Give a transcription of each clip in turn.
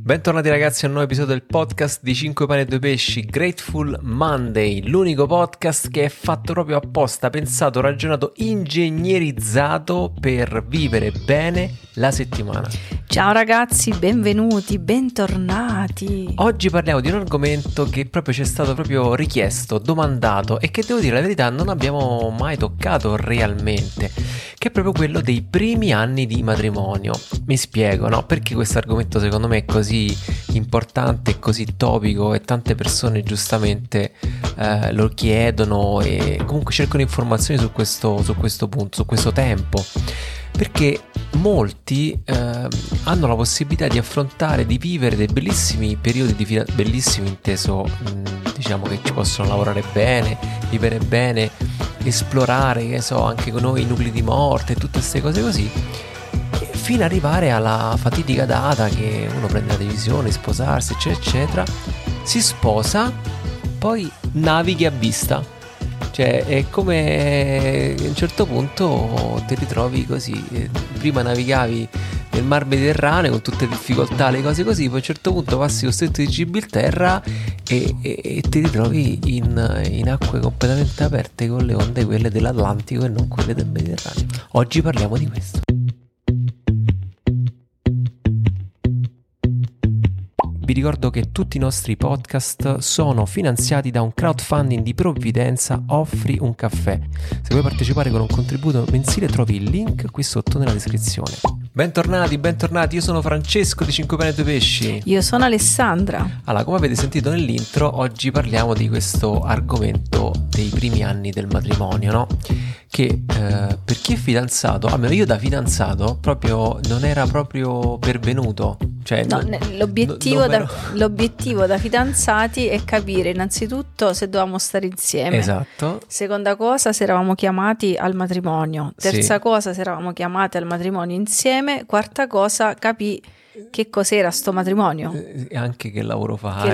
Bentornati ragazzi a un nuovo episodio del podcast di 5 pani e 2 pesci, Grateful Monday, l'unico podcast che è fatto proprio apposta, pensato, ragionato, ingegnerizzato per vivere bene la settimana. Ciao ragazzi, benvenuti, bentornati. Oggi parliamo di un argomento che proprio ci è stato proprio richiesto, domandato e che devo dire la verità non abbiamo mai toccato realmente, che è proprio quello dei primi anni di matrimonio. Mi spiego, no? Perché questo argomento secondo me è così importante, così topico e tante persone giustamente lo chiedono e comunque cercano informazioni su questo punto, su questo tempo. Perché molti hanno la possibilità di affrontare, di vivere dei bellissimi periodi di bellissimi inteso, diciamo che ci possono lavorare bene, vivere bene, esplorare, che so, anche con noi i nuclei di morte e tutte queste cose così, fino ad arrivare alla fatidica data che uno prende la decisione di sposarsi, eccetera, eccetera, si sposa, poi navighi a vista. Cioè è come a un certo punto ti ritrovi così, prima navigavi nel Mar Mediterraneo con tutte le difficoltà, le cose così, poi a un certo punto passi lo stretto di Gibilterra e ti ritrovi in acque completamente aperte con le onde quelle dell'Atlantico e non quelle del Mediterraneo. Oggi parliamo di questo. Vi ricordo che tutti i nostri podcast sono finanziati da un crowdfunding di provvidenza Offri un caffè. Se vuoi partecipare con un contributo mensile trovi il link qui sotto nella descrizione. Bentornati, io sono Francesco di 5 pani e 2 pesci. Io sono Alessandra. Allora, come avete sentito nell'intro, oggi parliamo di questo argomento dei primi anni del matrimonio, no? Che per chi è fidanzato, almeno io da fidanzato, proprio non era proprio pervenuto. Cioè, no, l'obiettivo da fidanzati è capire innanzitutto se dovevamo stare insieme. Esatto. Seconda cosa, se eravamo chiamati al matrimonio. Terza cosa, se eravamo chiamati al matrimonio insieme. Quarta cosa, capì che cos'era sto matrimonio. E anche che lavoro fare.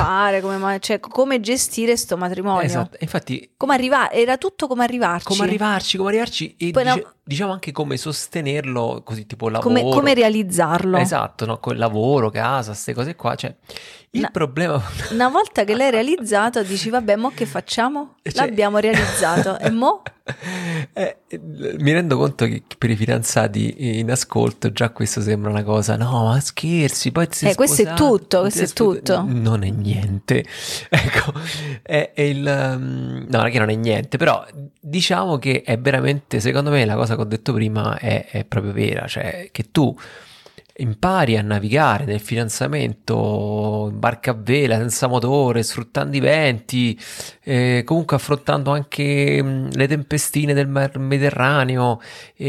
Come gestire sto matrimonio. Esatto. Infatti, come arrivare, era tutto come arrivarci. Come arrivarci e diciamo anche come sostenerlo, così tipo lavoro. Come realizzarlo. Esatto, no? Con il lavoro, casa, queste cose qua, cioè il problema. Una volta che l'hai realizzato dici vabbè, mo che facciamo? L'abbiamo realizzato e mo? Mi rendo conto che per i fidanzati in ascolto già questo sembra una cosa, no ma scherzi, poi ti sei questo è tutto, non è niente, ecco, no, non è che non è niente, però diciamo che è veramente, secondo me la cosa che ho detto prima è proprio vera, cioè che tu impari a navigare nel fidanzamento in barca a vela, senza motore, sfruttando i venti, comunque affrontando anche le tempestine del Mar Mediterraneo,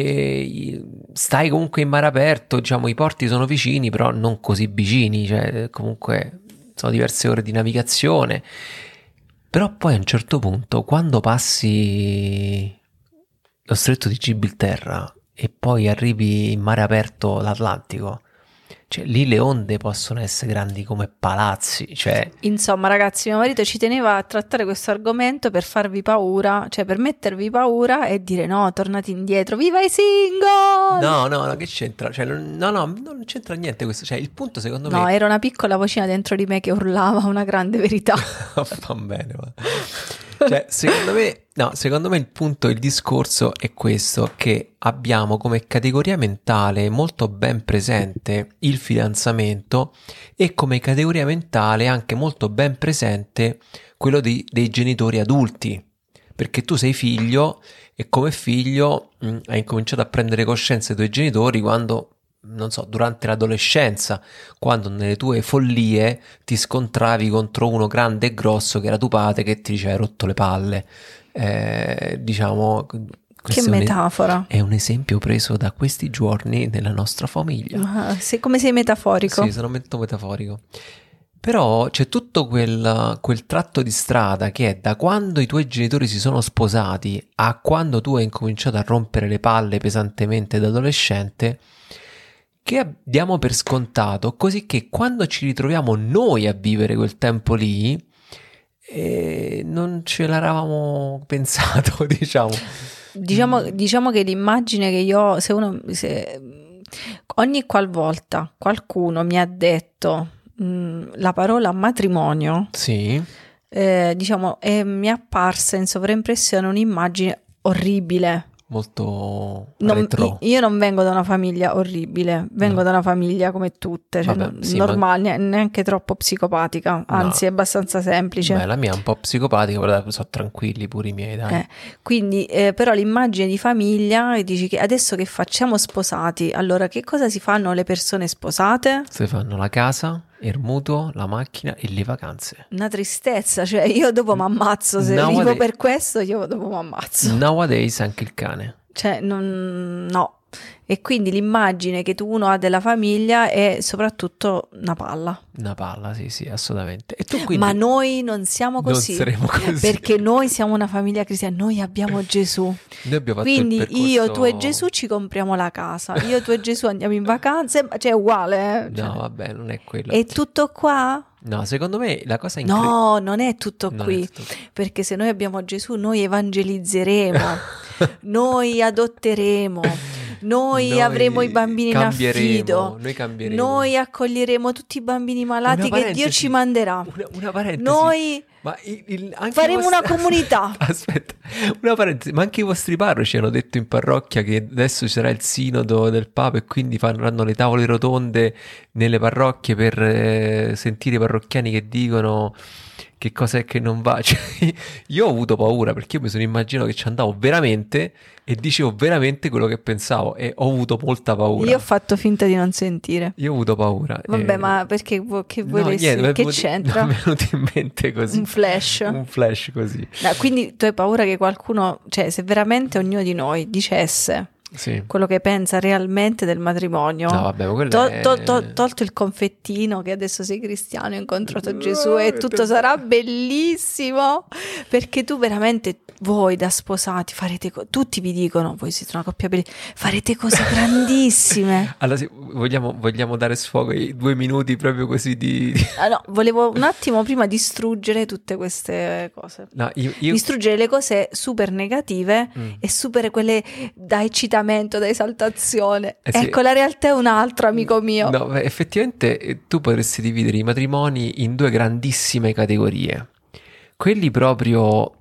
stai comunque in mare aperto, diciamo i porti sono vicini però non così vicini, cioè comunque sono diverse ore di navigazione, però poi a un certo punto quando passi lo stretto di Gibilterra e poi arrivi in mare aperto l'Atlantico, cioè lì le onde possono essere grandi come palazzi, cioè insomma ragazzi, mio marito ci teneva a trattare questo argomento per farvi paura, cioè per mettervi paura e dire no, tornati indietro, viva i single! No, che c'entra? Cioè non c'entra niente questo, cioè il punto secondo me... No, era una piccola vocina dentro di me che urlava una grande verità. Va bene, ma... Cioè, secondo me il discorso è questo, che abbiamo come categoria mentale molto ben presente il fidanzamento e come categoria mentale anche molto ben presente quello dei genitori adulti, perché tu sei figlio e come figlio hai incominciato a prendere coscienza dei tuoi genitori quando, non so, durante l'adolescenza, quando nelle tue follie ti scontravi contro uno grande e grosso che era tuo padre che ti diceva hai rotto le palle, diciamo, che metafora, è un esempio preso da questi giorni nella nostra famiglia. Come sei metaforico? Sì, sono molto metaforico. Però c'è tutto quel tratto di strada che è da quando i tuoi genitori si sono sposati a quando tu hai incominciato a rompere le palle pesantemente da adolescente, che diamo per scontato, così che quando ci ritroviamo noi a vivere quel tempo lì non ce l'eravamo pensato, diciamo. Diciamo che l'immagine che io ho, se Ogni qualvolta qualcuno mi ha detto la parola matrimonio, Sì. diciamo, mi è apparsa in sovraimpressione un'immagine orribile. Molto retro. Io non vengo da una famiglia orribile, vengo da una famiglia come tutte, cioè Vabbè, sì, normale, neanche troppo psicopatica, anzi è abbastanza semplice. Beh, la mia è un po' psicopatica, però sono tranquilli pure i miei, dai. Quindi, però l'immagine di famiglia, e dici che adesso che facciamo sposati, allora che cosa si fanno le persone sposate? Se fanno la casa, il mutuo, la macchina e le vacanze. Una tristezza, cioè io dopo mi ammazzo, se vivo per questo io dopo mi ammazzo. Nowadays anche il cane. Cioè, no. E quindi l'immagine che uno ha della famiglia è soprattutto una palla. Una palla, sì, assolutamente. E tu quindi Ma noi non siamo così. Non saremo così. Perché noi siamo una famiglia cristiana, noi abbiamo Gesù. Noi abbiamo fatto quindi il percorso... io, tu e Gesù ci compriamo la casa. Io, tu e Gesù andiamo in vacanze, cioè è uguale. No, Cioè, vabbè, non è quello. è tutto qua? No, secondo me la cosa No, non è tutto non qui. è tutto... Perché se noi abbiamo Gesù, noi evangelizzeremo, noi adotteremo. Noi avremo i bambini in affido, noi cambieremo, noi accoglieremo tutti i bambini malati che Dio ci manderà. Una parentesi. Noi ma anche faremo una comunità. Aspetta, una parentesi, ma anche i vostri parroci hanno detto in parrocchia che adesso ci sarà il sinodo del Papa e quindi faranno le tavole rotonde nelle parrocchie per sentire i parrocchiani che dicono che cosa è che non va. Cioè, io ho avuto paura perché io mi sono immaginato che ci andavo veramente e dicevo veramente quello che pensavo e ho avuto molta paura. Io ho fatto finta di non sentire. Io ho avuto paura. Vabbè, ma perché che volessi? Niente, che c'entra? Mi è venuto in mente così. Un flash. Un flash così. No, quindi tu hai paura che qualcuno, cioè se veramente ognuno di noi dicesse quello che pensa realmente del matrimonio, no, vabbè, ma quello tolto il confettino che adesso sei cristiano, hai incontrato Gesù e tutto sarà bellissimo, perché tu veramente, voi da sposati farete tutti vi dicono, voi siete una coppia bellissima, farete cose grandissime. Allora vogliamo dare sfogo ai 2 minuti proprio così di... No, volevo un attimo prima distruggere tutte queste cose. No, io... Distruggere le cose super negative e super quelle da eccitamento, da esaltazione. Sì. Ecco, la realtà è un'altra, amico mio. No, effettivamente tu potresti dividere i matrimoni in 2 grandissime categorie. Quelli proprio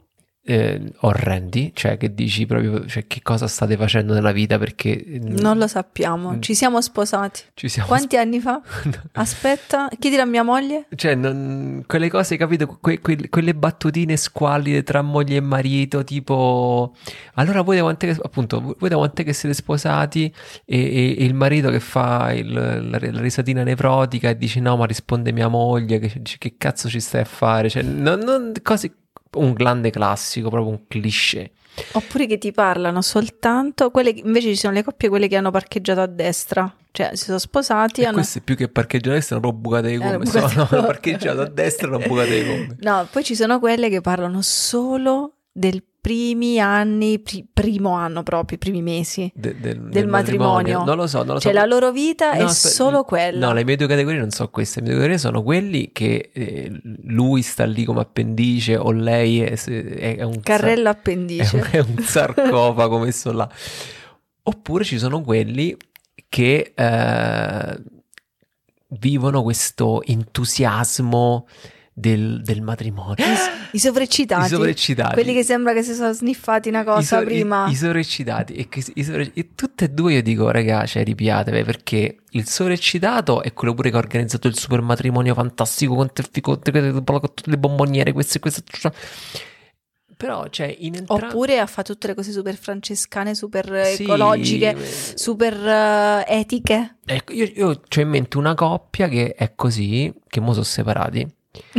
orrendi, cioè che dici proprio, cioè, che cosa state facendo nella vita perché... Non lo sappiamo, ci siamo sposati. Quanti anni fa? Aspetta, chiedilo a mia moglie. Cioè, quelle cose, capito, quelle battutine squallide tra moglie e marito, tipo, allora voi da quant'è che siete sposati e il marito che fa la risatina nevrotica e dice no, ma risponde mia moglie, che cazzo ci stai a fare? Cioè, cose... Un grande classico, proprio un cliché. Oppure che ti parlano soltanto quelle, invece ci sono le coppie, quelle che hanno parcheggiato a destra, cioè si sono sposati e queste più che parcheggiare a destra hanno proprio bucate di gomme, hanno parcheggiato a destra e hanno bucate di gomme. No, poi ci sono quelle che parlano solo del primi anni, primo anno proprio, i primi mesi del matrimonio. Non lo so. Cioè la loro vita è solo quella. No, le mie 2 categorie non so queste. Le mie 2 categorie sono quelli che lui sta lì come appendice o lei è un carrello appendice. È un sarcofago messo là. Oppure ci sono quelli che vivono questo entusiasmo del matrimonio. I sovreccitati. Quelli che sembra che si sono sniffati una cosa prima. I sovreccitati. E tutte e 2 io dico, raga, cioè ripiatevi, perché il sovreccitato è quello pure che ha organizzato il super matrimonio fantastico con tutte le bomboniere, queste. Però, cioè, oppure ha fatto tutte le cose super francescane, super ecologiche, super etiche. Ecco, io c'ho in mente una coppia che è così, che mo sono separati.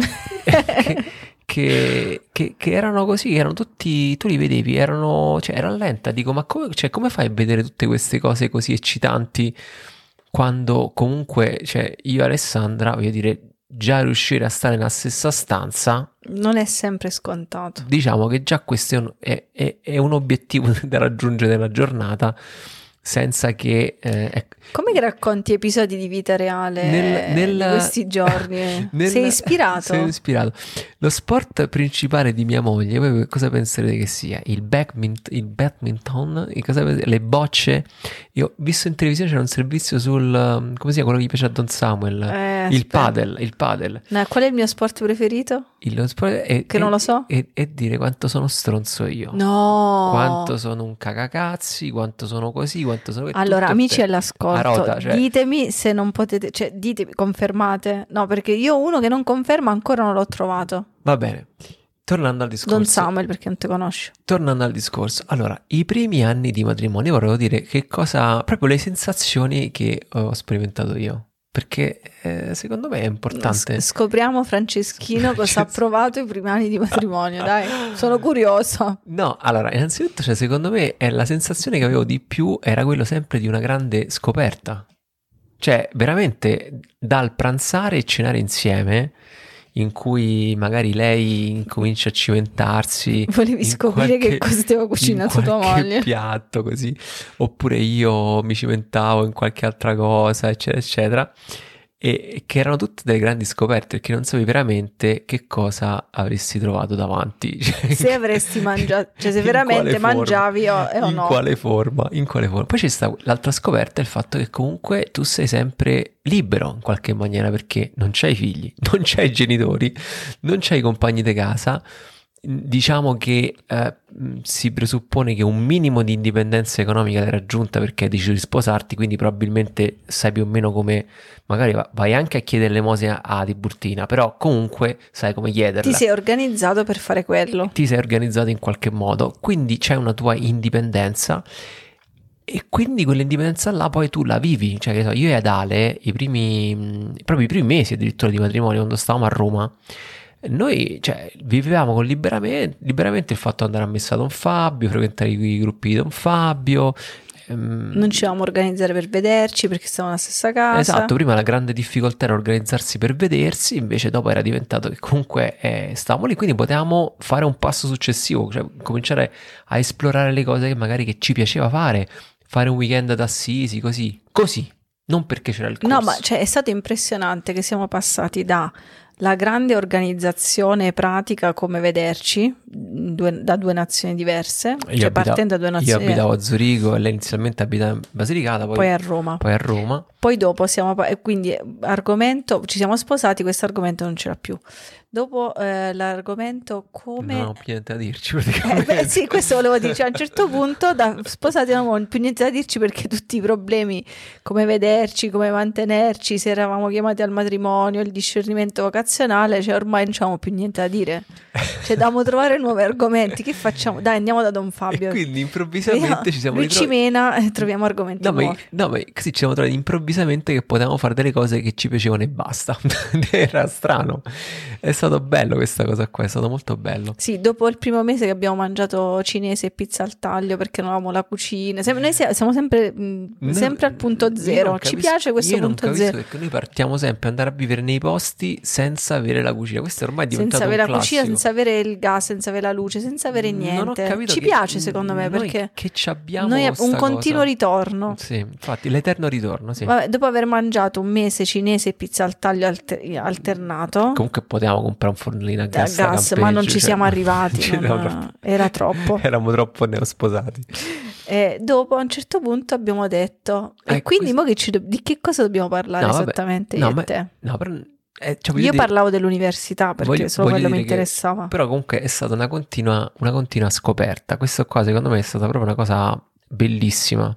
che erano così, erano tutti, tu li vedevi, era lenta, dico, ma come fai a vedere tutte queste cose così eccitanti quando comunque, cioè, io e Alessandra, voglio dire, già riuscire a stare nella stessa stanza non è sempre scontato. Diciamo che già questo è un obiettivo da raggiungere nella giornata, senza che... Come che racconti episodi di vita reale di questi giorni? Sei ispirato? Sono ispirato. Lo sport principale di mia moglie, voi cosa penserete che sia? Il badminton? Le bocce? Io ho visto in televisione c'era un servizio sul, come si chiama, quello che gli piace a Don Samuel, il padel. No, qual è il mio sport preferito? Lo sport non lo so. E dire quanto sono stronzo io. No. Quanto sono un cagacazzi, quanto sono così, quanto sono... Allora, amici all'ascolto, rota, cioè... ditemi se non potete, cioè ditemi, confermate. No, perché io uno che non conferma ancora non l'ho trovato. Va bene. Tornando al discorso. Don Samuel, perché non ti conosci. Tornando al discorso. Allora, i primi anni di matrimonio volevo dire che cosa... Proprio le sensazioni che ho sperimentato io. Perché secondo me è importante. Scopriamo Franceschino cosa ha provato i primi anni di matrimonio, dai, sono curiosa. No, allora, innanzitutto, cioè, secondo me la sensazione che avevo di più era quello sempre di una grande scoperta. Cioè, veramente, dal pranzare e cenare insieme, in cui magari lei incomincia a cimentarsi. Volevi scoprire che cosa ti aveva cucinato tua moglie? Piatto così, oppure io mi cimentavo in qualche altra cosa, eccetera, eccetera. E che erano tutte delle grandi scoperte, perché non sapevi veramente che cosa avresti trovato davanti. Se avresti mangiato, cioè se veramente mangiavi o no. In quale forma? Poi c'è stata l'altra scoperta, il fatto che comunque tu sei sempre libero in qualche maniera, perché non c'hai figli, non c'hai genitori, non c'hai compagni di casa. Diciamo che si presuppone che un minimo di indipendenza economica l'hai raggiunta perché hai deciso di sposarti, quindi probabilmente sai più o meno come, magari vai anche a chiedere l'elemosina a Tiburtina, però comunque sai come chiederla. Ti sei organizzato per fare quello. Ti sei organizzato in qualche modo, quindi c'è una tua indipendenza e quindi quell'indipendenza là poi tu la vivi. Cioè, che so, io e Adale proprio i primi mesi addirittura di matrimonio, quando stavamo a Roma, noi, cioè, vivevamo con liberamente il fatto di andare a messa Don Fabio, frequentare i gruppi di Don Fabio. Non ci dovevamo organizzare per vederci perché stavamo nella stessa casa. Esatto, prima la grande difficoltà era organizzarsi per vedersi, invece dopo era diventato che comunque stavamo lì, quindi potevamo fare un passo successivo, cioè cominciare a esplorare le cose che magari che ci piaceva fare un weekend ad Assisi, così, non perché c'era il corso. No, ma cioè, è stato impressionante che siamo passati da la grande organizzazione pratica come vederci da due nazioni diverse, partendo da due nazioni. Io abitavo a Zurigo e lei inizialmente abitava in Basilicata, poi a Roma. Poi dopo quindi argomento, ci siamo sposati, questo argomento non c'era più. Dopo l'argomento come... Non ho più niente da dirci praticamente. Sì, questo volevo dire, cioè, a un certo punto da sposati non avevo più niente da dirci perché tutti i problemi, come vederci, come mantenerci, se eravamo chiamati al matrimonio, il discernimento vocazionale, cioè ormai non c'avevamo più niente da dire. Cioè dobbiamo trovare nuovi argomenti, che facciamo? Dai, andiamo da Don Fabio. E quindi improvvisamente ci siamo ritrovati. Lui ci mena e troviamo argomenti nuovi. No, ma così ci siamo trovati improvvisamente che potevamo fare delle cose che ci piacevano e basta. Era strano. È stato bello questa cosa qua, è stato molto bello. Sì, dopo il primo mese che abbiamo mangiato cinese e pizza al taglio perché non avevamo la cucina, noi siamo sempre al punto zero. Ci piace questo punto zero. Perché noi partiamo sempre ad andare a vivere nei posti senza avere la cucina. Questo ormai è diventato senza avere un classico. La cucina, senza avere il gas, senza avere la luce, senza avere niente. Non ho capito ci piace secondo me perché che ci abbiamo noi un continuo ritorno. Sì, infatti l'eterno ritorno, sì. Vabbè, dopo aver mangiato un mese cinese e pizza al taglio alternato, comunque potevamo comprare un fornellino a gas, ma non ci siamo arrivati, era troppo. Eravamo troppo neosposati. Dopo a un certo punto abbiamo detto e quindi di che cosa dobbiamo parlare esattamente io e te? No, però io parlavo dell'università perché solo quello mi interessava. Però comunque è stata una continua scoperta. Questo qua secondo me è stata proprio una cosa bellissima.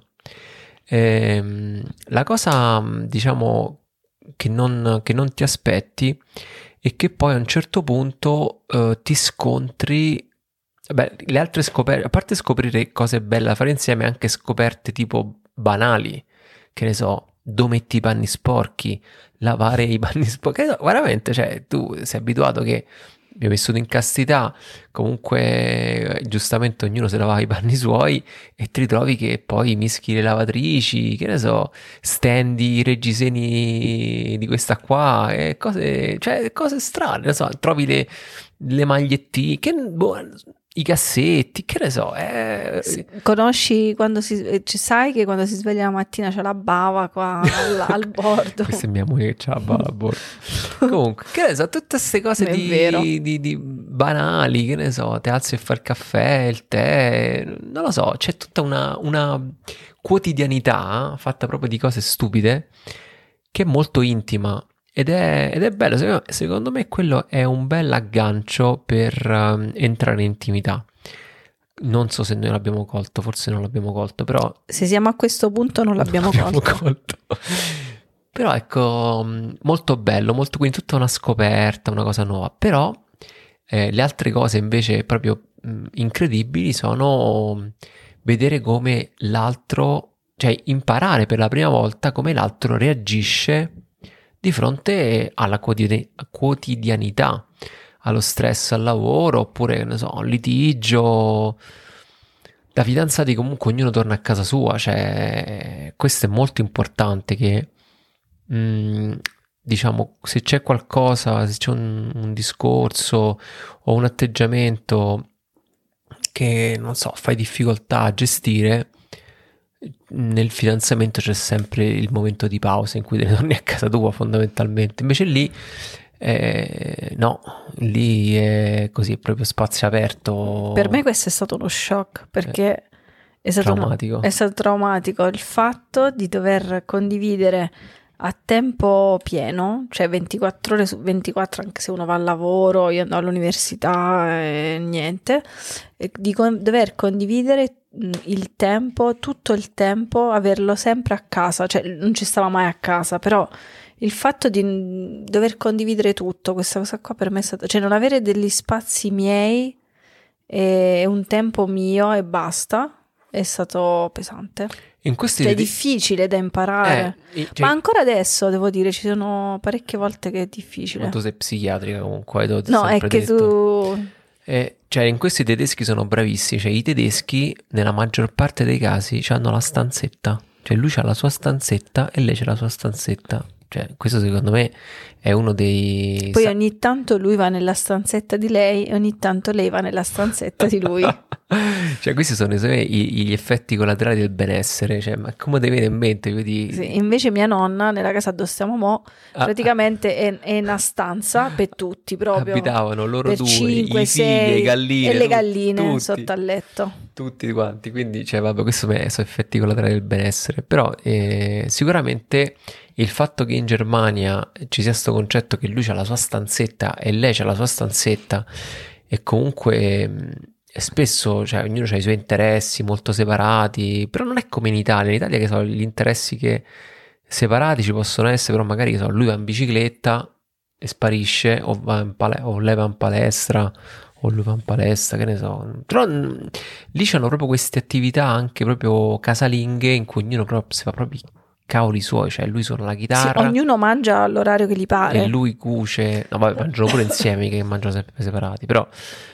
La cosa, diciamo, che non ti aspetti e che poi a un certo punto ti scontri. Beh, le altre scoperte, a parte scoprire cose belle da fare insieme, anche scoperte tipo banali, che ne so, dove metti i panni sporchi, lavare i panni sporchi, veramente, cioè tu sei abituato che abbiamo vissuto in castità, comunque giustamente ognuno si lavava i panni suoi e ti ritrovi che poi mischi le lavatrici, che ne so, stendi i reggiseni di questa qua e cose strane, non so, trovi le magliettine che i cassetti, che ne so. Conosci quando sai che quando si sveglia la mattina c'è la bava qua al bordo. Questa è mia moglie che c'ha la bava al bordo. Comunque, che ne so, tutte queste cose di banali, che ne so, ti alzi a fare il caffè, il tè, non lo so, c'è tutta una quotidianità fatta proprio di cose stupide che è molto intima. Ed è bello, secondo me quello è un bel aggancio per entrare in intimità. Non so se noi l'abbiamo colto, forse non l'abbiamo colto, però... Se siamo a questo punto non l'abbiamo colto. Però ecco, molto bello, quindi tutta una scoperta, una cosa nuova. Però le altre cose invece proprio incredibili sono vedere come l'altro, cioè imparare per la prima volta come l'altro reagisce di fronte alla quotidianità, allo stress al lavoro, oppure, che ne so, un litigio. Da fidanzati comunque ognuno torna a casa sua, cioè questo è molto importante che, diciamo, se c'è qualcosa, se c'è un discorso o un atteggiamento che, non so, fai difficoltà a gestire, nel fidanzamento c'è sempre il momento di pausa in cui te ne torni a casa tua fondamentalmente. Invece lì no, lì è così, è proprio spazio aperto. Per me questo è stato uno shock, perché è stato traumatico il fatto di dover condividere a tempo pieno, cioè 24 ore su 24, anche se uno va al lavoro, io andavo all'università e niente, e di dover condividere il tempo, tutto il tempo, averlo sempre a casa, cioè non ci stava mai a casa, però il fatto di dover condividere tutto, questa cosa qua per me è stata, cioè non avere degli spazi miei e un tempo mio e basta, è stato pesante. È difficile da imparare, ma ancora adesso devo dire ci sono parecchie volte che è difficile. Ma tu sei psichiatrica comunque, no, è che detto. Cioè in questi tedeschi sono bravissimi, cioè i tedeschi nella maggior parte dei casi hanno la stanzetta, cioè lui c'ha la sua stanzetta e lei c'ha la sua stanzetta, cioè questo secondo me è uno dei... Poi ogni tanto lui va nella stanzetta di lei e ogni tanto lei va nella stanzetta di lui. Cioè questi sono gli effetti collaterali del benessere, cioè ma come ti viene in mente? Sì, invece mia nonna nella casa dove stiamo mo praticamente è una stanza per tutti proprio. Abitavano loro per due, 5, i figli, 6, le galline. E le galline tutti, sotto al letto. Tutti quanti, quindi cioè vabbè, questo sono effetti collaterali del benessere, però sicuramente il fatto che in Germania ci sia questo concetto che lui c'ha la sua stanzetta e lei c'ha la sua stanzetta e comunque... spesso cioè, ognuno ha i suoi interessi molto separati, però non è come in Italia che sono gli interessi che separati ci possono essere, però magari lui va in bicicletta e sparisce, o lei va in palestra, o lui va in palestra, che ne so. Però lì c'hanno proprio queste attività anche proprio casalinghe in cui ognuno proprio si fa proprio i cavoli suoi, cioè lui suona la chitarra. Sì, ognuno mangia all'orario che gli pare. E lui cuce, no vabbè, mangiano pure insieme che mangiano sempre separati, però...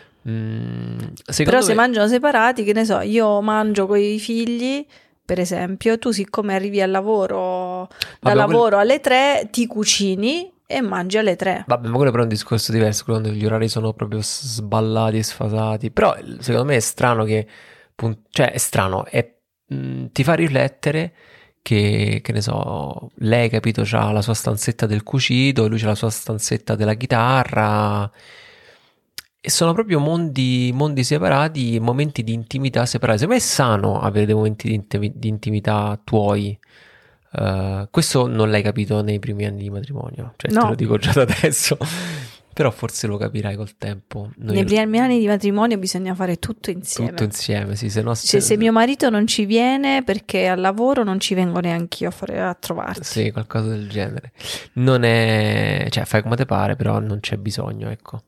Però se mangiano separati, che ne so, io mangio con i figli, per esempio, tu siccome arrivi al lavoro, lavoro alle 3, ti cucini e mangi alle 3. Vabbè, ma quello però è un discorso diverso, quando gli orari sono proprio sballati e sfasati, però secondo me è strano che, cioè è strano, ti fa riflettere che ne so, lei, capito, c'ha la sua stanzetta del cucito, lui c'ha la sua stanzetta della chitarra. E sono proprio mondi separati, momenti di intimità separati. Secondo me è sano avere dei momenti di intimità tuoi. Questo non l'hai capito nei primi anni di matrimonio, cioè no. Te lo dico già da adesso. Però forse lo capirai col tempo. Nei primi anni di matrimonio bisogna fare tutto insieme. Tutto insieme, sì. Se mio marito non ci viene perché al lavoro non ci vengo neanche io a trovarti. Sì, qualcosa del genere. Non è... Cioè, fai come te pare, però non c'è bisogno, ecco.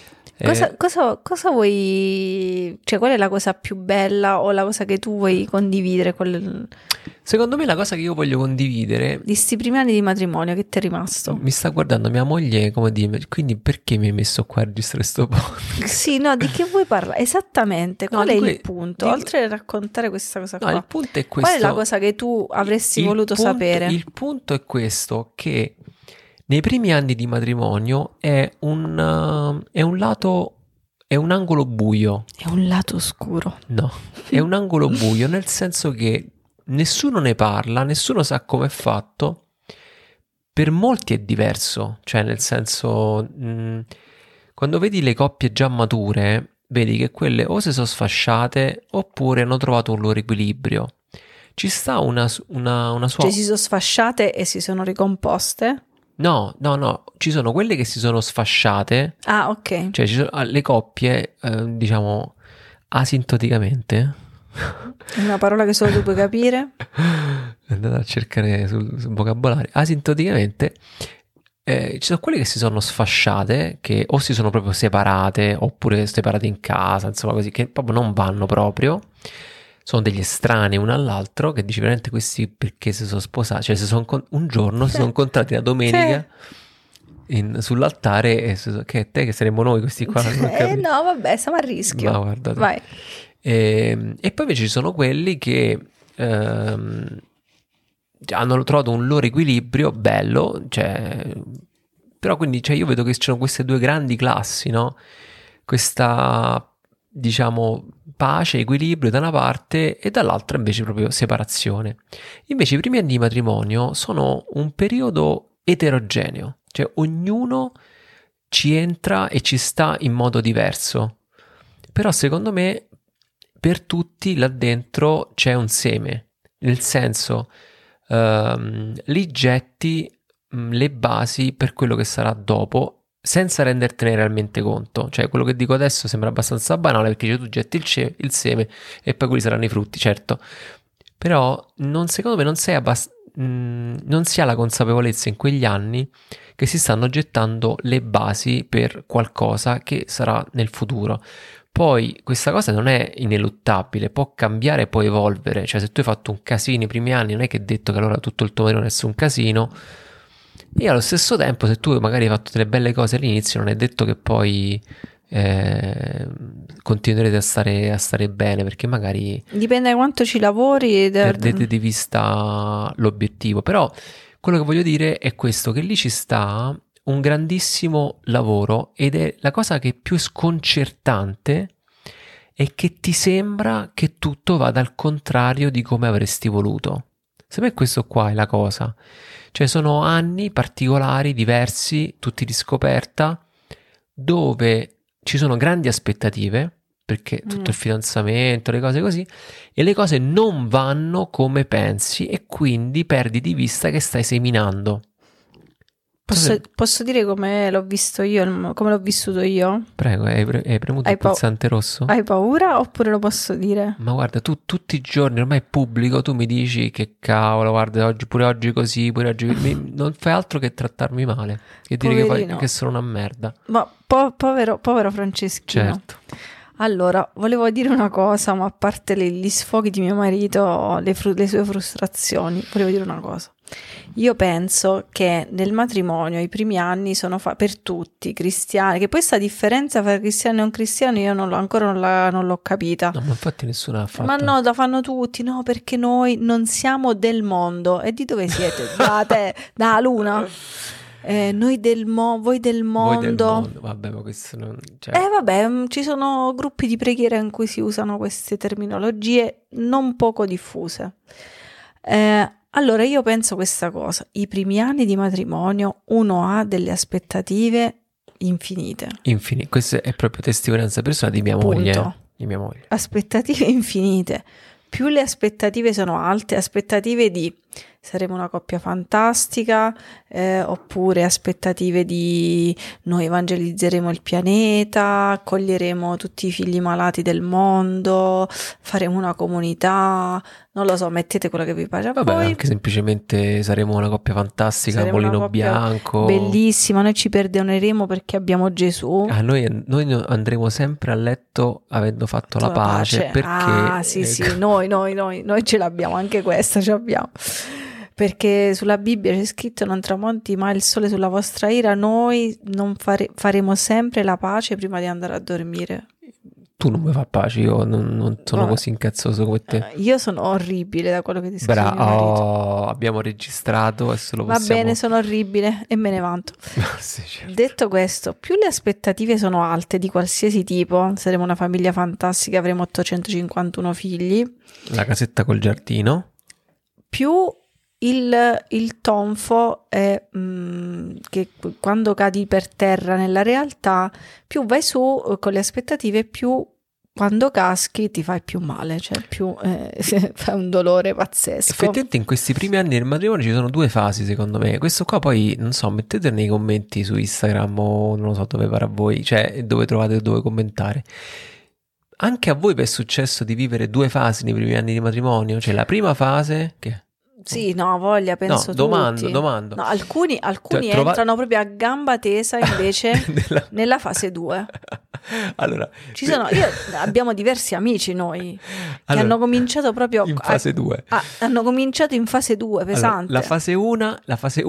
Cosa vuoi, cioè qual è la cosa più bella o la cosa che tu vuoi condividere? Secondo me la cosa che io voglio condividere di sti primi anni di matrimonio che ti è rimasto. Mi sta guardando mia moglie come dire, quindi perché mi hai messo qua a registrare sto podcast? Sì, no, di che vuoi parlare? Esattamente, qual è il punto? Oltre a raccontare questa cosa qua. No, il punto è questo. Qual è la cosa che tu avresti voluto sapere? Il punto è questo, che nei primi anni di matrimonio è un lato è un angolo buio. È un lato oscuro. No, è un angolo buio nel senso che nessuno ne parla, nessuno sa come è fatto. Per molti è diverso, cioè nel senso, quando vedi le coppie già mature, vedi che quelle o si sono sfasciate oppure hanno trovato un loro equilibrio. Ci sta una sua... Cioè si sono sfasciate e si sono ricomposte? No, ci sono quelle che si sono sfasciate, Ah, ok. cioè ci sono le coppie, diciamo, asintoticamente. Una parola che solo tu puoi capire. Andate a cercare sul vocabolario. Asintoticamente ci sono quelle che si sono sfasciate, che o si sono proprio separate, oppure separate in casa, insomma così, che proprio non vanno proprio. Sono degli estranei uno all'altro, che dici veramente questi perché si sono sposati, cioè un giorno si sono incontrati la domenica sull'altare e che te che saremmo noi questi qua. No, vabbè, siamo a rischio. Ma guardate. Vai. E poi invece ci sono quelli che hanno trovato un loro equilibrio bello, cioè, però quindi io vedo che ci sono queste due grandi classi, no? Questa, diciamo, pace, equilibrio da una parte e dall'altra invece proprio separazione. Invece i primi anni di matrimonio sono un periodo eterogeneo, cioè ognuno ci entra e ci sta in modo diverso, però secondo me per tutti là dentro c'è un seme, nel senso lì getti le basi per quello che sarà dopo senza rendertene realmente conto. Cioè quello che dico adesso sembra abbastanza banale perché tu getti il seme e poi quelli saranno i frutti, certo, però secondo me non si ha la consapevolezza in quegli anni che si stanno gettando le basi per qualcosa che sarà nel futuro. Poi questa cosa non è ineluttabile, può cambiare e può evolvere, cioè se tu hai fatto un casino i primi anni non è che è detto che allora tutto il tuo matrimonio è un casino, e allo stesso tempo se tu magari hai fatto delle belle cose all'inizio non è detto che poi continuerete a stare bene, perché magari dipende da quanto ci lavori perdete di vista l'obiettivo. Però quello che voglio dire è questo, che lì ci sta un grandissimo lavoro ed è la cosa che è più sconcertante, è che ti sembra che tutto vada al contrario di come avresti voluto. Secondo me questo qua è la cosa, cioè sono anni particolari, diversi, tutti di scoperta, dove ci sono grandi aspettative, perché tutto il fidanzamento, le cose così, e le cose non vanno come pensi e quindi perdi di vista che stai seminando. Posso dire come l'ho visto io, come l'ho vissuto io? Prego, hai premuto il pulsante rosso? Hai paura oppure lo posso dire? Ma guarda, tu tutti i giorni, ormai è pubblico, tu mi dici che cavolo, guarda, pure oggi così, pure oggi non fai altro che trattarmi male, che dire che sono una merda. Ma povero Franceschino. Certo. Allora, volevo dire una cosa, ma a parte gli sfoghi di mio marito, le sue frustrazioni, volevo dire una cosa. Io penso che nel matrimonio i primi anni sono per tutti cristiani, che poi questa differenza tra cristiani e non cristiani io ancora non l'ho capita. No, ma infatti nessuno ha fatto. Ma no, la fanno tutti, no, perché noi non siamo del mondo. E di dove siete? Da Luna? Voi del mondo. Vabbè, ma questo non... vabbè, ci sono gruppi di preghiera in cui si usano queste terminologie non poco diffuse. Allora io penso questa cosa: i primi anni di matrimonio uno ha delle aspettative infinite. Questa è proprio testimonianza personale di mia moglie. Di mia moglie. Aspettative infinite. Più le aspettative sono alte, aspettative di saremo una coppia fantastica, oppure aspettative di noi evangelizzeremo il pianeta, accoglieremo tutti i figli malati del mondo, faremo una comunità, non lo so, mettete quello che vi piace a voi. Vabbè, anche semplicemente saremo una coppia fantastica, saremo mulino bianco. Bellissima, noi ci perdoneremo perché abbiamo Gesù. Noi andremo sempre a letto avendo fatto la pace. Perché... sì, noi ce l'abbiamo, anche questa ce l'abbiamo. Perché sulla Bibbia c'è scritto: non tramonti mai il sole sulla vostra ira, noi non faremo sempre la pace prima di andare a dormire. Tu non mi fa pace, io non sono Vabbè. così incazzoso come te. Io sono orribile da quello che ti scrive mio marito. Abbiamo registrato, adesso lo Va possiamo... bene, sono orribile e me ne vanto. Sì, certo. Detto questo, più le aspettative sono alte di qualsiasi tipo, saremo una famiglia fantastica, avremo 851 figli, La casetta col giardino. più il tonfo è che quando cadi per terra nella realtà, più vai su con le aspettative, più quando caschi ti fai più male, cioè più fai un dolore pazzesco. Effettivamente in questi primi anni del matrimonio ci sono due fasi secondo me. Questo qua poi, non so, mettete nei commenti su Instagram o non lo so dove pare a voi, cioè dove trovate dove commentare. Anche a voi vi è successo di vivere due fasi nei primi anni di matrimonio? Cioè la prima fase... Che? Sì, no, voglia, penso No, tutti. domando. No, alcuni Trova- entrano proprio a gamba tesa invece Nella- nella fase 2. Allora, Abbiamo diversi amici noi che Allora, hanno cominciato proprio in fase 2. hanno cominciato in fase 2, pesante. La fase 1, la fase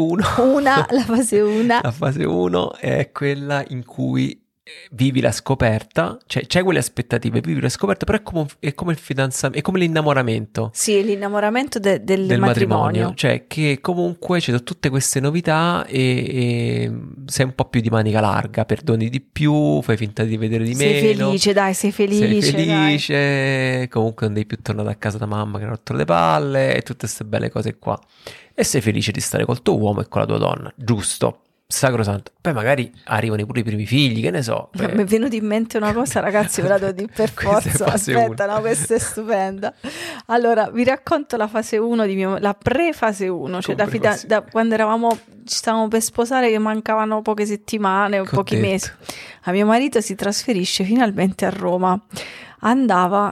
1. La fase 1 è quella in cui vivi la scoperta, cioè c'hai quelle aspettative, vivi la scoperta, però è come il fidanzamento, è come l'innamoramento. Sì, l'innamoramento del Del matrimonio. cioè che comunque ci sono tutte queste novità e sei un po' più di manica larga, perdoni di più, fai finta di vedere di Sei meno. felice, dai, sei felice. Sei felice, comunque non devi più tornare a casa da mamma che ha rotto le palle e tutte queste belle cose qua. E sei felice di stare col tuo uomo e con la tua donna, giusto, sacrosanto. Poi magari arrivano pure i primi figli, che ne so. Mi è venuta in mente una cosa, ragazzi, ve la devo dire per Questa è forza. fase Aspetta, uno. no, questa è stupenda. Allora, vi racconto la fase 1 la pre-fase 1, cioè da quando ci stavamo per sposare, che mancavano poche settimane o pochi mesi. A mio marito si trasferisce finalmente a Roma. Andava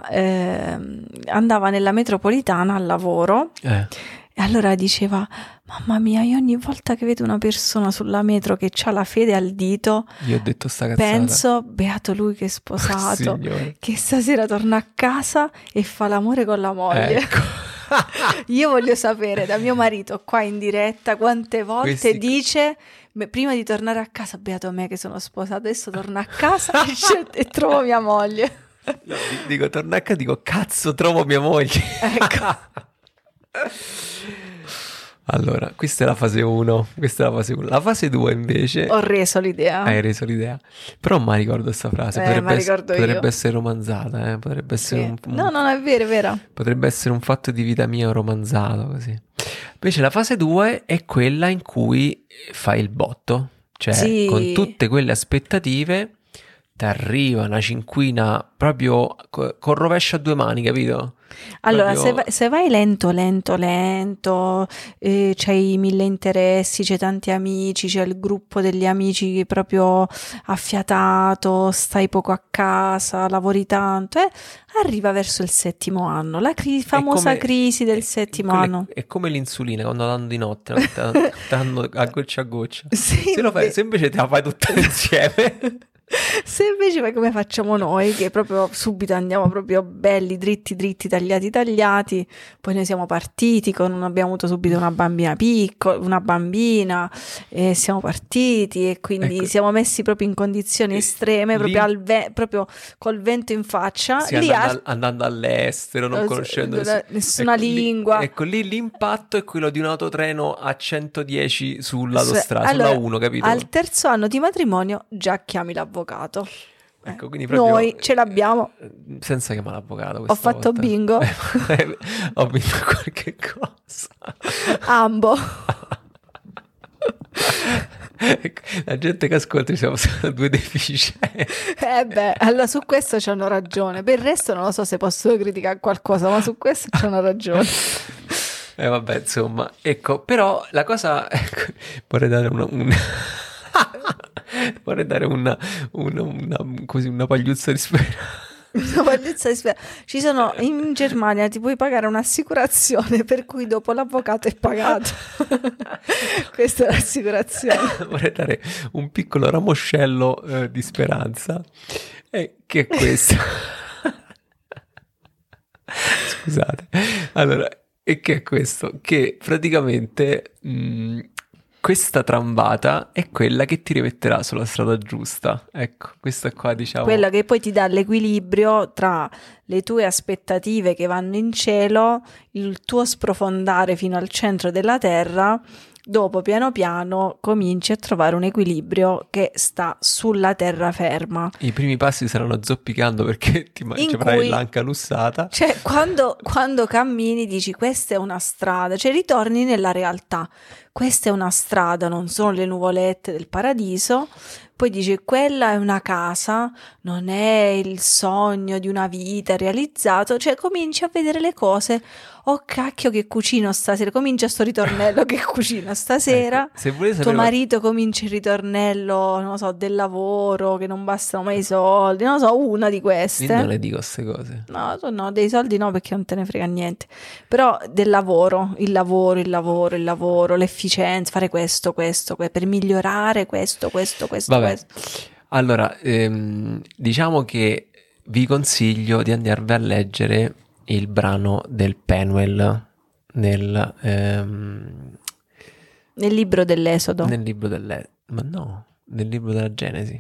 nella metropolitana al lavoro. E allora diceva, mamma mia, io ogni volta che vedo una persona sulla metro che ha la fede al dito, io ho detto sta cazzata. penso, beato lui che è sposato, che stasera torna a casa e fa l'amore con la moglie. Ecco. Io voglio sapere da mio marito qua in diretta quante volte dice, prima di tornare a casa, beato me che sono sposato, adesso torno a casa e trovo mia moglie. No, dico, torna a casa, dico, cazzo, trovo mia moglie. Ecco. Allora, questa è la fase 1, La fase 2 invece... Ho reso l'idea. Hai reso l'idea. Però non mi ricordo questa frase, potrebbe essere romanzata, potrebbe essere No, non è vero, è vero. Potrebbe essere un fatto di vita mia romanzato, così. Invece la fase 2 è quella in cui fai il botto, cioè con tutte quelle aspettative ti arriva una cinquina proprio con rovescio a due mani, capito? Allora, proprio... se vai lento, c'hai 1000 interessi, c'hai tanti amici, c'è il gruppo degli amici che proprio affiatato, stai poco a casa, lavori tanto, arriva verso il 7° anno, la famosa crisi del 7° anno. È come l'insulina quando danno di notte, danno a goccia a goccia. Sì, se invece te la fai tutta insieme... Se invece fai come facciamo noi, che proprio subito andiamo proprio belli, dritti, tagliati, poi noi siamo partiti, abbiamo avuto subito una bambina piccola, e siamo partiti e quindi siamo messi proprio in condizioni estreme, proprio col vento in faccia, andando all'estero, non conoscendo nessuna lingua. Ecco, lì l'impatto è quello di un autotreno a 110 sull'autostrada, allora, sulla 1, capito? Al 3° anno di matrimonio già chiami l'avvocato. Ecco, quindi proprio, noi ce l'abbiamo senza chiamare l'avvocato. Ho fatto volta. bingo. Ho vinto qualche cosa. Ambo. La gente che ascolta siamo due deficienti. Allora su questo c'hanno ragione. Per il resto non lo so se posso criticare qualcosa, ma su questo c'hanno ragione. Vabbè, insomma, ecco, però la cosa, vorrei dare vorrei dare una pagliuzza di speranza. Ci sono in Germania, ti puoi pagare un'assicurazione per cui dopo l'avvocato è pagato. Questa è l'assicurazione. Vorrei dare un piccolo ramoscello di speranza, che è questo. Scusate. Allora, e che è questo? Che praticamente questa trambata è quella che ti rimetterà sulla strada giusta. Ecco, questa qua diciamo... Quella che poi ti dà l'equilibrio tra le tue aspettative che vanno in cielo, il tuo sprofondare fino al centro della terra, dopo piano piano cominci a trovare un equilibrio che sta sulla terraferma. I primi passi saranno zoppicando perché ti avrai l'anca lussata. Cioè, quando cammini dici questa è una strada, cioè ritorni nella realtà. Questa è una strada, non sono le nuvolette del paradiso. Poi dici quella è una casa, non è il sogno di una vita realizzato. Cioè cominci a vedere le cose. Oh cacchio che cucino stasera, comincia sto ritornello che cucino stasera. Ecco, se volete tuo sapere... marito comincia il ritornello, non lo so, del lavoro, che non bastano mai i soldi, non lo so, una di queste. Io non le dico queste cose. No, dei soldi no, perché non te ne frega niente. Però del lavoro, il lavoro, l'efficienza, fare questo, per migliorare questo. Vabbè, allora, diciamo che vi consiglio di andarvi a leggere il brano del Penuel nel libro dell'Esodo. Nel libro ma no, nel libro della Genesi.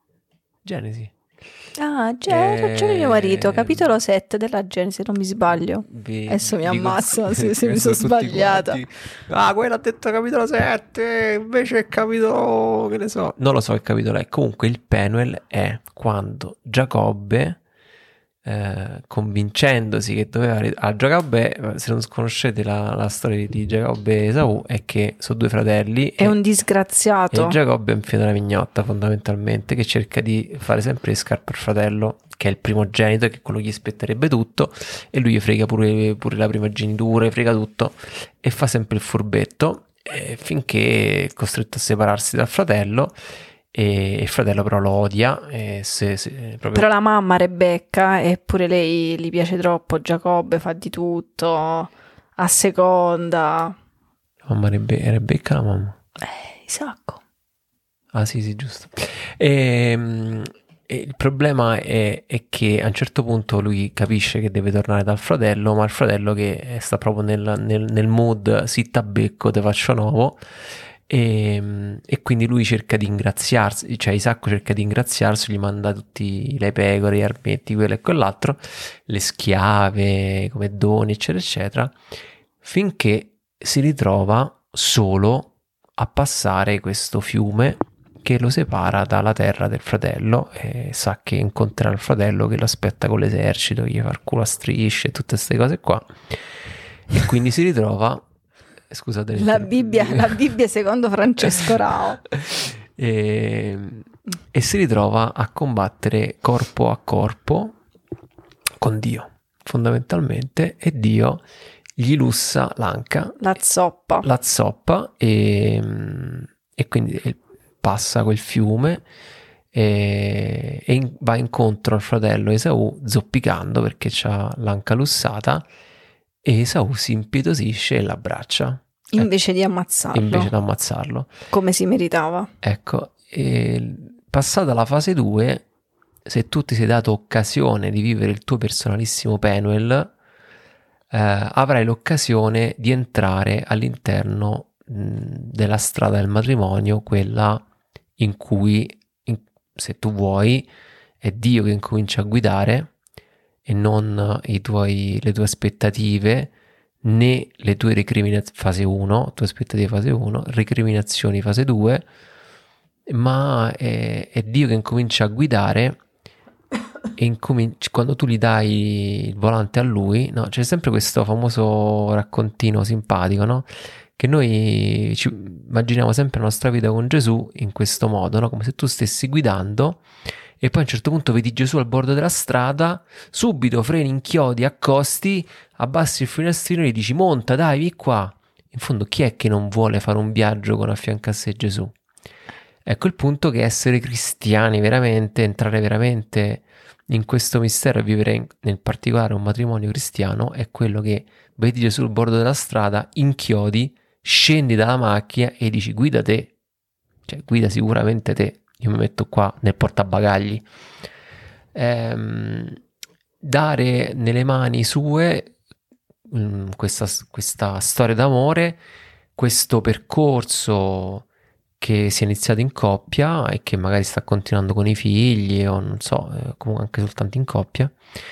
Ah, c'è ragione mio marito, capitolo 7 della Genesi, non mi sbaglio. Adesso mi ammazzano se mi sono sbagliata. Quello ha detto capitolo 7, invece è capitolo, che ne so. Non lo so che capitolo è. Comunque il Penuel è quando Giacobbe, convincendosi che doveva... Giacobbe, se non conoscete la storia di Giacobbe e Esaù, è che sono due fratelli. È un disgraziato. E Giacobbe è un figlio della mignotta, fondamentalmente, che cerca di fare sempre le scarpe al fratello, che è il primogenito, che è quello che gli spetterebbe tutto, e lui gli frega pure la primogenitura, gli frega tutto, e fa sempre il furbetto, finché è costretto a separarsi dal fratello. E il fratello però lo odia proprio... Però la mamma Rebecca, e pure lei gli piace troppo Giacobbe, fa di tutto a seconda. La mamma Rebecca, la mamma Isacco. Ah sì, giusto. E il problema è che a un certo punto lui capisce che deve tornare dal fratello, ma il fratello che sta proprio nel mood sitta becco, te faccio nuovo. E quindi lui cerca di ingraziarsi, cioè Isacco cerca di ingraziarsi, gli manda tutti le pecore, gli armetti, quello e quell'altro, le schiave come doni, eccetera eccetera, finché si ritrova solo a passare questo fiume che lo separa dalla terra del fratello, e sa che incontrerà il fratello che lo aspetta con l'esercito, gli fa il culo a strisce, tutte queste cose qua, e quindi si ritrova... Scusate, la Bibbia secondo Francesco Rao. E si ritrova a combattere corpo a corpo con Dio, fondamentalmente, e Dio gli lussa l'anca, la zoppa, e quindi passa quel fiume e va incontro al fratello Esaù zoppicando perché c'ha l'anca lussata, e Esaù si impietosisce e l'abbraccia. Invece di ammazzarlo. Come si meritava. Ecco, passata la fase 2, se tu ti sei dato occasione di vivere il tuo personalissimo Penuel, avrai l'occasione di entrare all'interno della strada del matrimonio, quella in cui, se tu vuoi, è Dio che incomincia a guidare e non le tue aspettative, né le tue recriminazioni fase 1, tue aspettative fase 1, recriminazioni fase 2, ma è Dio che incomincia a guidare, e quando tu gli dai il volante a lui, no, c'è sempre questo famoso raccontino simpatico, no? Che noi ci immaginiamo sempre la nostra vita con Gesù in questo modo, no? Come se tu stessi guidando e poi a un certo punto vedi Gesù al bordo della strada, subito freni, inchiodi, accosti, abbassi il finestrino e gli dici monta, dai, vieni qua. In fondo chi è che non vuole fare un viaggio con a fianco a sé Gesù? Ecco il punto, che essere cristiani veramente, entrare veramente in questo mistero e vivere nel particolare un matrimonio cristiano, è quello che vedi Gesù al bordo della strada, inchiodi, scendi dalla macchina e dici guida te, cioè guida sicuramente te, io mi metto qua nel portabagagli. Dare nelle mani sue questa storia d'amore questo percorso che si è iniziato in coppia e che magari sta continuando con i figli o non so, comunque anche soltanto in coppia,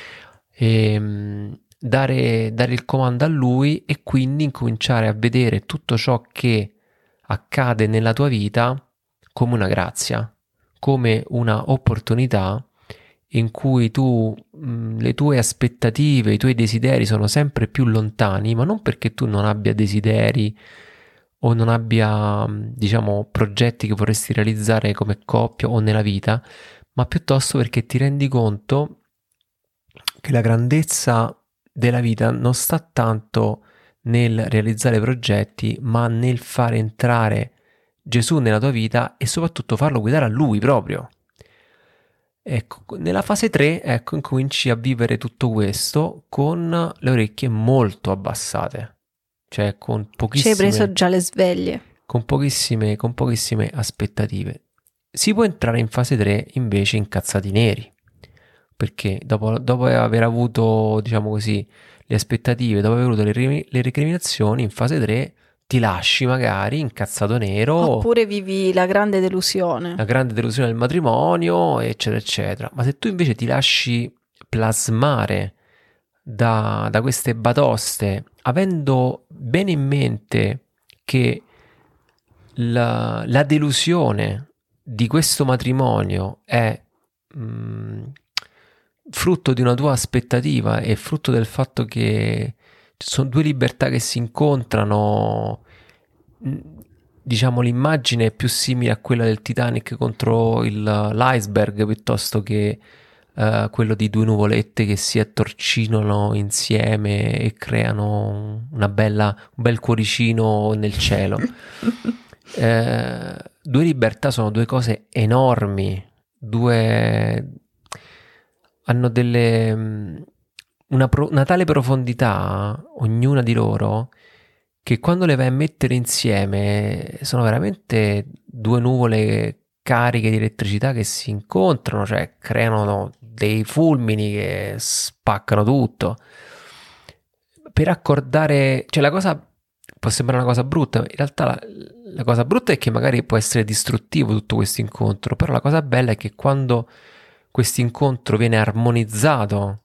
e dare il comando a lui e quindi incominciare a vedere tutto ciò che accade nella tua vita come una grazia, come una opportunità in cui le tue aspettative, i tuoi desideri sono sempre più lontani, ma non perché tu non abbia desideri o non abbia, diciamo, progetti che vorresti realizzare come coppia o nella vita, ma piuttosto perché ti rendi conto che la grandezza della vita non sta tanto nel realizzare progetti, ma nel fare entrare Gesù nella tua vita e soprattutto farlo guidare a Lui proprio. Ecco, nella fase 3, ecco, incominci a vivere tutto questo con le orecchie molto abbassate, cioè con Ci hai preso pochissime, già le sveglie. con pochissime aspettative. Si può entrare in fase 3 invece incazzati neri, perché dopo aver avuto, diciamo così, le aspettative, dopo aver avuto le recriminazioni, in fase 3 ti lasci magari incazzato nero, Oppure vivi la grande delusione. la grande delusione del matrimonio, eccetera, eccetera. Ma se tu invece ti lasci plasmare da queste batoste, avendo bene in mente che la delusione di questo matrimonio è frutto di una tua aspettativa e frutto del fatto che ci sono due libertà che si incontrano, diciamo l'immagine è più simile a quella del Titanic contro l'iceberg piuttosto che quello di due nuvolette che si attorcigliano insieme e creano un bel cuoricino nel cielo. Due libertà sono due cose enormi, hanno una tale profondità, ognuna di loro, che quando le vai a mettere insieme sono veramente due nuvole cariche di elettricità che si incontrano, cioè creano dei fulmini che spaccano tutto. Per accordare, cioè la cosa può sembrare una cosa brutta, in realtà la cosa brutta è che magari può essere distruttivo tutto questo incontro, però la cosa bella è che quando questo incontro viene armonizzato,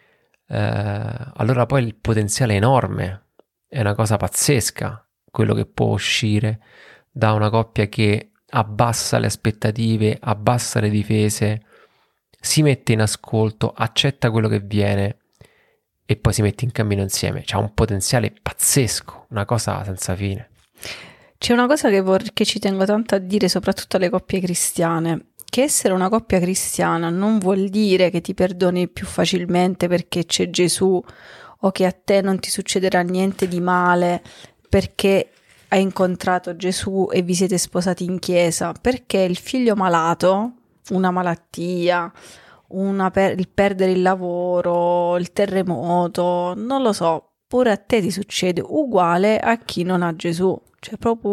allora poi il potenziale è enorme, è una cosa pazzesca quello che può uscire da una coppia che abbassa le aspettative, abbassa le difese, si mette in ascolto, accetta quello che viene e poi si mette in cammino insieme. C'ha un potenziale pazzesco, una cosa senza fine. C'è una cosa che ci tengo tanto a dire, soprattutto alle coppie cristiane, che essere una coppia cristiana non vuol dire che ti perdoni più facilmente perché c'è Gesù o che a te non ti succederà niente di male perché hai incontrato Gesù e vi siete sposati in chiesa, perché il figlio malato, una malattia, il perdere il lavoro, il terremoto, non lo so, pure a te ti succede uguale a chi non ha Gesù, cioè proprio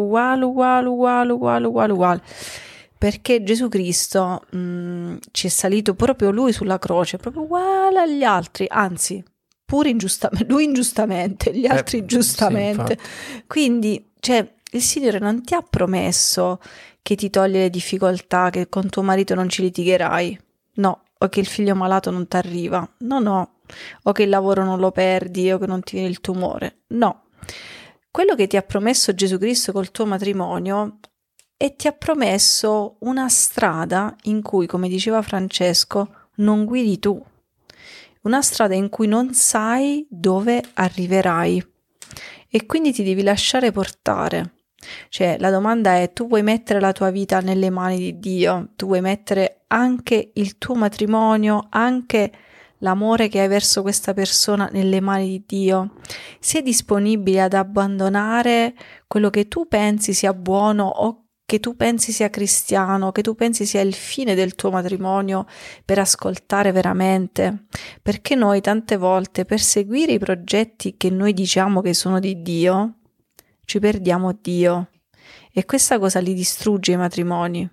uguale. Perché Gesù Cristo ci è salito proprio lui sulla croce, proprio uguale agli altri, anzi, pure lui ingiustamente, gli altri giustamente. Sì, quindi, cioè, il Signore non ti ha promesso che ti toglie le difficoltà, che con tuo marito non ci litigherai, no, o che il figlio malato non ti arriva, no, o che il lavoro non lo perdi, o che non ti viene il tumore, no. Quello che ti ha promesso Gesù Cristo col tuo matrimonio e ti ha promesso una strada in cui, come diceva Francesco, non guidi tu. Una strada in cui non sai dove arriverai e quindi ti devi lasciare portare. Cioè, la domanda è: tu vuoi mettere la tua vita nelle mani di Dio? Tu vuoi mettere anche il tuo matrimonio, anche l'amore che hai verso questa persona nelle mani di Dio? Sei disponibile ad abbandonare quello che tu pensi sia buono o che tu pensi sia cristiano, che tu pensi sia il fine del tuo matrimonio, per ascoltare veramente? Perché noi tante volte, per seguire i progetti che noi diciamo che sono di Dio, ci perdiamo Dio, e questa cosa li distrugge i matrimoni,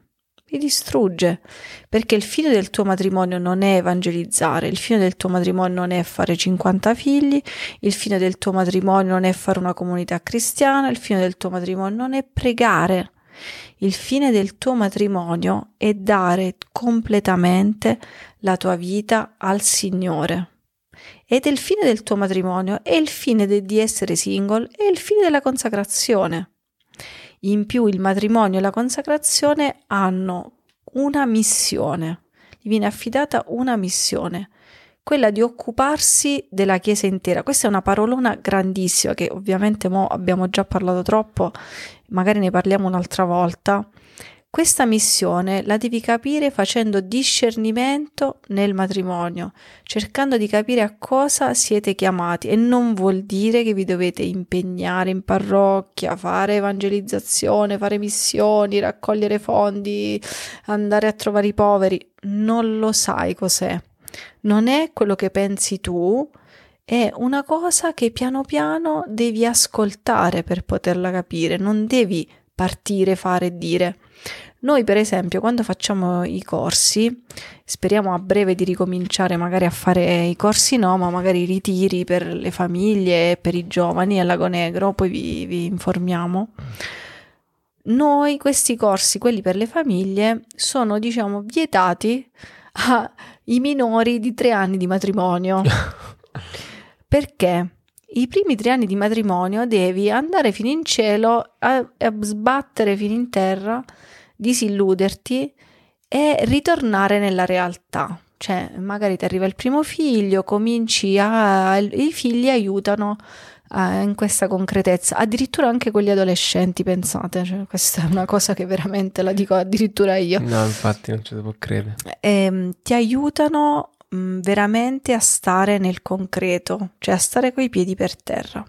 li distrugge, perché il fine del tuo matrimonio non è evangelizzare, il fine del tuo matrimonio non è fare 50 figli, il fine del tuo matrimonio non è fare una comunità cristiana, il fine del tuo matrimonio non è pregare. Il fine del tuo matrimonio è dare completamente la tua vita al Signore. Ed è il fine del tuo matrimonio, è il fine di essere single, è il fine della consacrazione. In più il matrimonio e la consacrazione hanno una missione, gli viene affidata una missione, quella di occuparsi della Chiesa intera. Questa è una parolona grandissima che ovviamente mo abbiamo già parlato troppo, magari ne parliamo un'altra volta. Questa missione la devi capire facendo discernimento nel matrimonio, cercando di capire a cosa siete chiamati, e non vuol dire che vi dovete impegnare in parrocchia, fare evangelizzazione, fare missioni, raccogliere fondi, andare a trovare i poveri. Non lo sai cos'è. Non è quello che pensi tu, è una cosa che piano piano devi ascoltare per poterla capire, non devi partire, fare e dire. Noi per esempio quando facciamo i corsi, speriamo a breve di ricominciare magari a fare i corsi no, ma magari i ritiri per le famiglie e per i giovani a Lago Negro, poi vi informiamo. Noi questi corsi, quelli per le famiglie, sono diciamo vietati ai minori di 3 anni di matrimonio. Perché? I primi 3 anni di matrimonio devi andare fino in cielo a sbattere fino in terra, disilluderti e ritornare nella realtà. Cioè magari ti arriva il primo figlio, i figli aiutano in questa concretezza, addirittura anche quelli adolescenti, pensate, cioè, questa è una cosa che veramente la dico addirittura io. No, infatti non ci si può credere. Ti aiutano veramente a stare nel concreto, cioè a stare coi piedi per terra.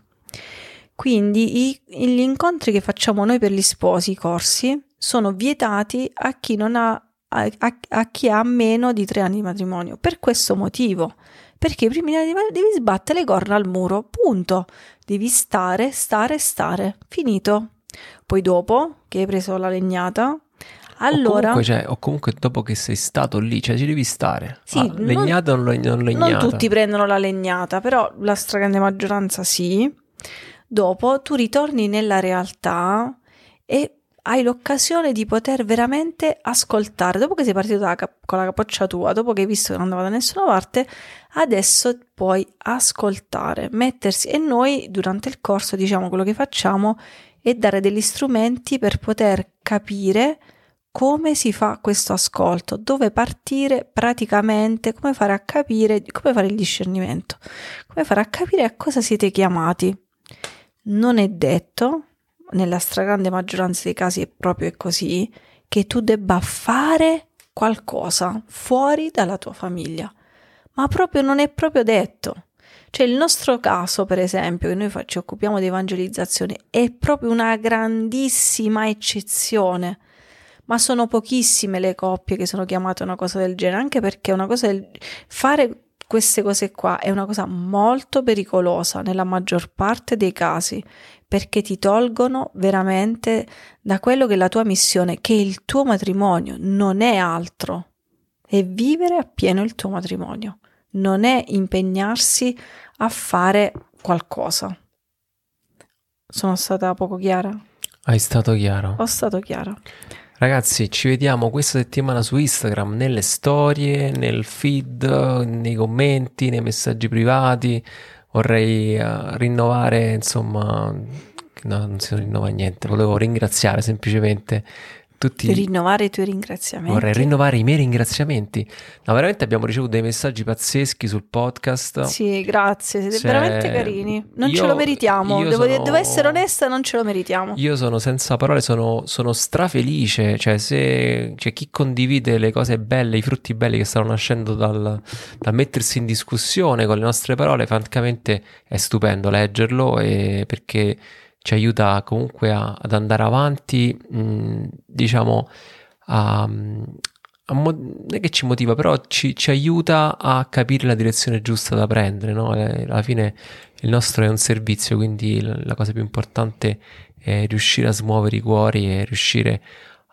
Quindi gli incontri che facciamo noi per gli sposi, i corsi, sono vietati a chi non ha a chi ha meno di 3 anni di matrimonio, per questo motivo, perché i primi anni devi sbattere le corna al muro, punto, devi stare, finito. Poi dopo che hai preso la legnata, allora o comunque dopo che sei stato lì, cioè ci devi stare. Sì, legnata o non legnata? Non tutti prendono la legnata, però la stragrande maggioranza sì. Dopo tu ritorni nella realtà e hai l'occasione di poter veramente ascoltare. Dopo che sei partito con la capoccia tua, dopo che hai visto che non andava da nessuna parte, adesso puoi ascoltare, mettersi. E noi durante il corso, diciamo, quello che facciamo è dare degli strumenti per poter capire come si fa questo ascolto, dove partire praticamente, come fare a capire, come fare il discernimento, come fare a capire a cosa siete chiamati. Non è detto, nella stragrande maggioranza dei casi è proprio così, che tu debba fare qualcosa fuori dalla tua famiglia, ma proprio non è proprio detto. Cioè il nostro caso, per esempio, che noi ci occupiamo di evangelizzazione, è proprio una grandissima eccezione, ma sono pochissime le coppie che sono chiamate a una cosa del genere, anche perché fare queste cose qua è una cosa molto pericolosa nella maggior parte dei casi, perché ti tolgono veramente da quello che è la tua missione, che il tuo matrimonio non è altro, è vivere appieno il tuo matrimonio, non è impegnarsi a fare qualcosa. Sono stata poco chiara? Hai stato chiaro. Ho stato chiara. Ragazzi, ci vediamo questa settimana su Instagram, nelle storie, nel feed, nei commenti, nei messaggi privati. Vorrei rinnovare, insomma, no, non si rinnova niente, volevo ringraziare semplicemente tutti. Rinnovare i tuoi ringraziamenti. Vorrei rinnovare i miei ringraziamenti. No, veramente abbiamo ricevuto dei messaggi pazzeschi sul podcast. Sì, grazie, siete veramente carini. Non ce lo meritiamo, devo essere onesta, non ce lo meritiamo. Io sono senza parole, sono strafelice. Cioè, se c'è chi condivide le cose belle, i frutti belli che stanno nascendo dal mettersi in discussione con le nostre parole, francamente è stupendo leggerlo, perché ci aiuta comunque ad andare avanti, diciamo, non è che ci motiva, però ci aiuta a capire la direzione giusta da prendere, no? Alla fine il nostro è un servizio, quindi la cosa più importante è riuscire a smuovere i cuori e riuscire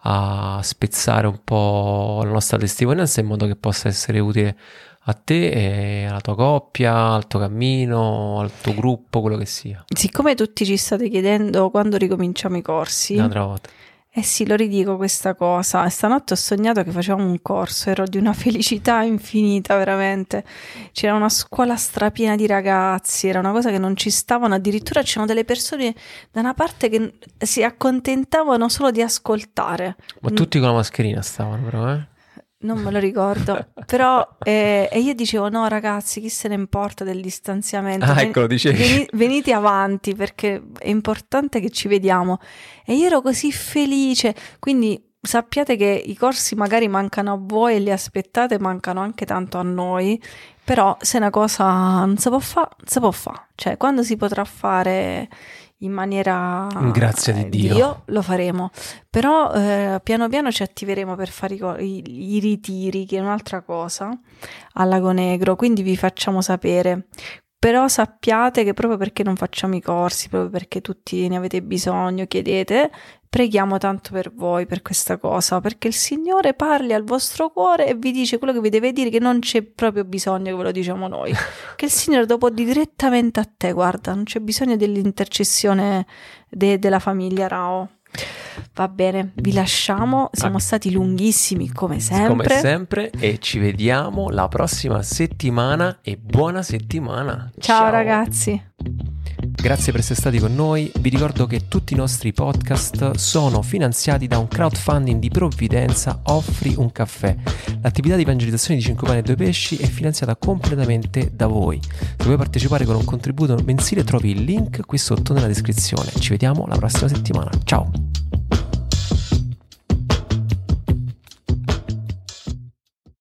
a spezzare un po' la nostra testimonianza in modo che possa essere utile a te e alla tua coppia, al tuo cammino, al tuo gruppo, quello che sia. Siccome tutti ci state chiedendo quando ricominciamo i corsi, Un'altra volta. eh sì, lo ridico questa cosa. Stanotte ho sognato che facevamo un corso, ero di una felicità infinita, veramente. C'era una scuola strapiena di ragazzi, era una cosa che non ci stavano, addirittura c'erano delle persone da una parte che si accontentavano solo di ascoltare. Ma tutti con la mascherina stavano però, eh? Non me lo ricordo, però e io dicevo no ragazzi, chi se ne importa del distanziamento, Ecco, lo dicevi. venite avanti perché è importante che ci vediamo, e io ero così felice, quindi sappiate che i corsi magari mancano a voi e li aspettate, mancano anche tanto a noi, però se una cosa non si può fare, si può fare, cioè quando si potrà fare in maniera Grazie di Dio, lo faremo, però piano piano ci attiveremo per fare i ritiri, che è un'altra cosa, al Lago Negro, quindi vi facciamo sapere. Però sappiate che proprio perché non facciamo i corsi, proprio perché tutti ne avete bisogno, chiedete, preghiamo tanto per voi, per questa cosa, perché il Signore parli al vostro cuore e vi dice quello che vi deve dire, che non c'è proprio bisogno che ve lo diciamo noi, che il Signore dopo di direttamente a te, guarda, non c'è bisogno dell'intercessione della famiglia Rao. Va bene, vi lasciamo, siamo stati lunghissimi come sempre, e ci vediamo la prossima settimana e buona settimana. Ciao ragazzi. Grazie per essere stati con noi. Vi ricordo che tutti i nostri podcast sono finanziati da un crowdfunding di provvidenza Offri un caffè. L'attività di evangelizzazione di 5 pani e 2 pesci è finanziata completamente da voi. Se vuoi partecipare con un contributo mensile trovi il link qui sotto nella descrizione. Ci vediamo la prossima settimana. Ciao!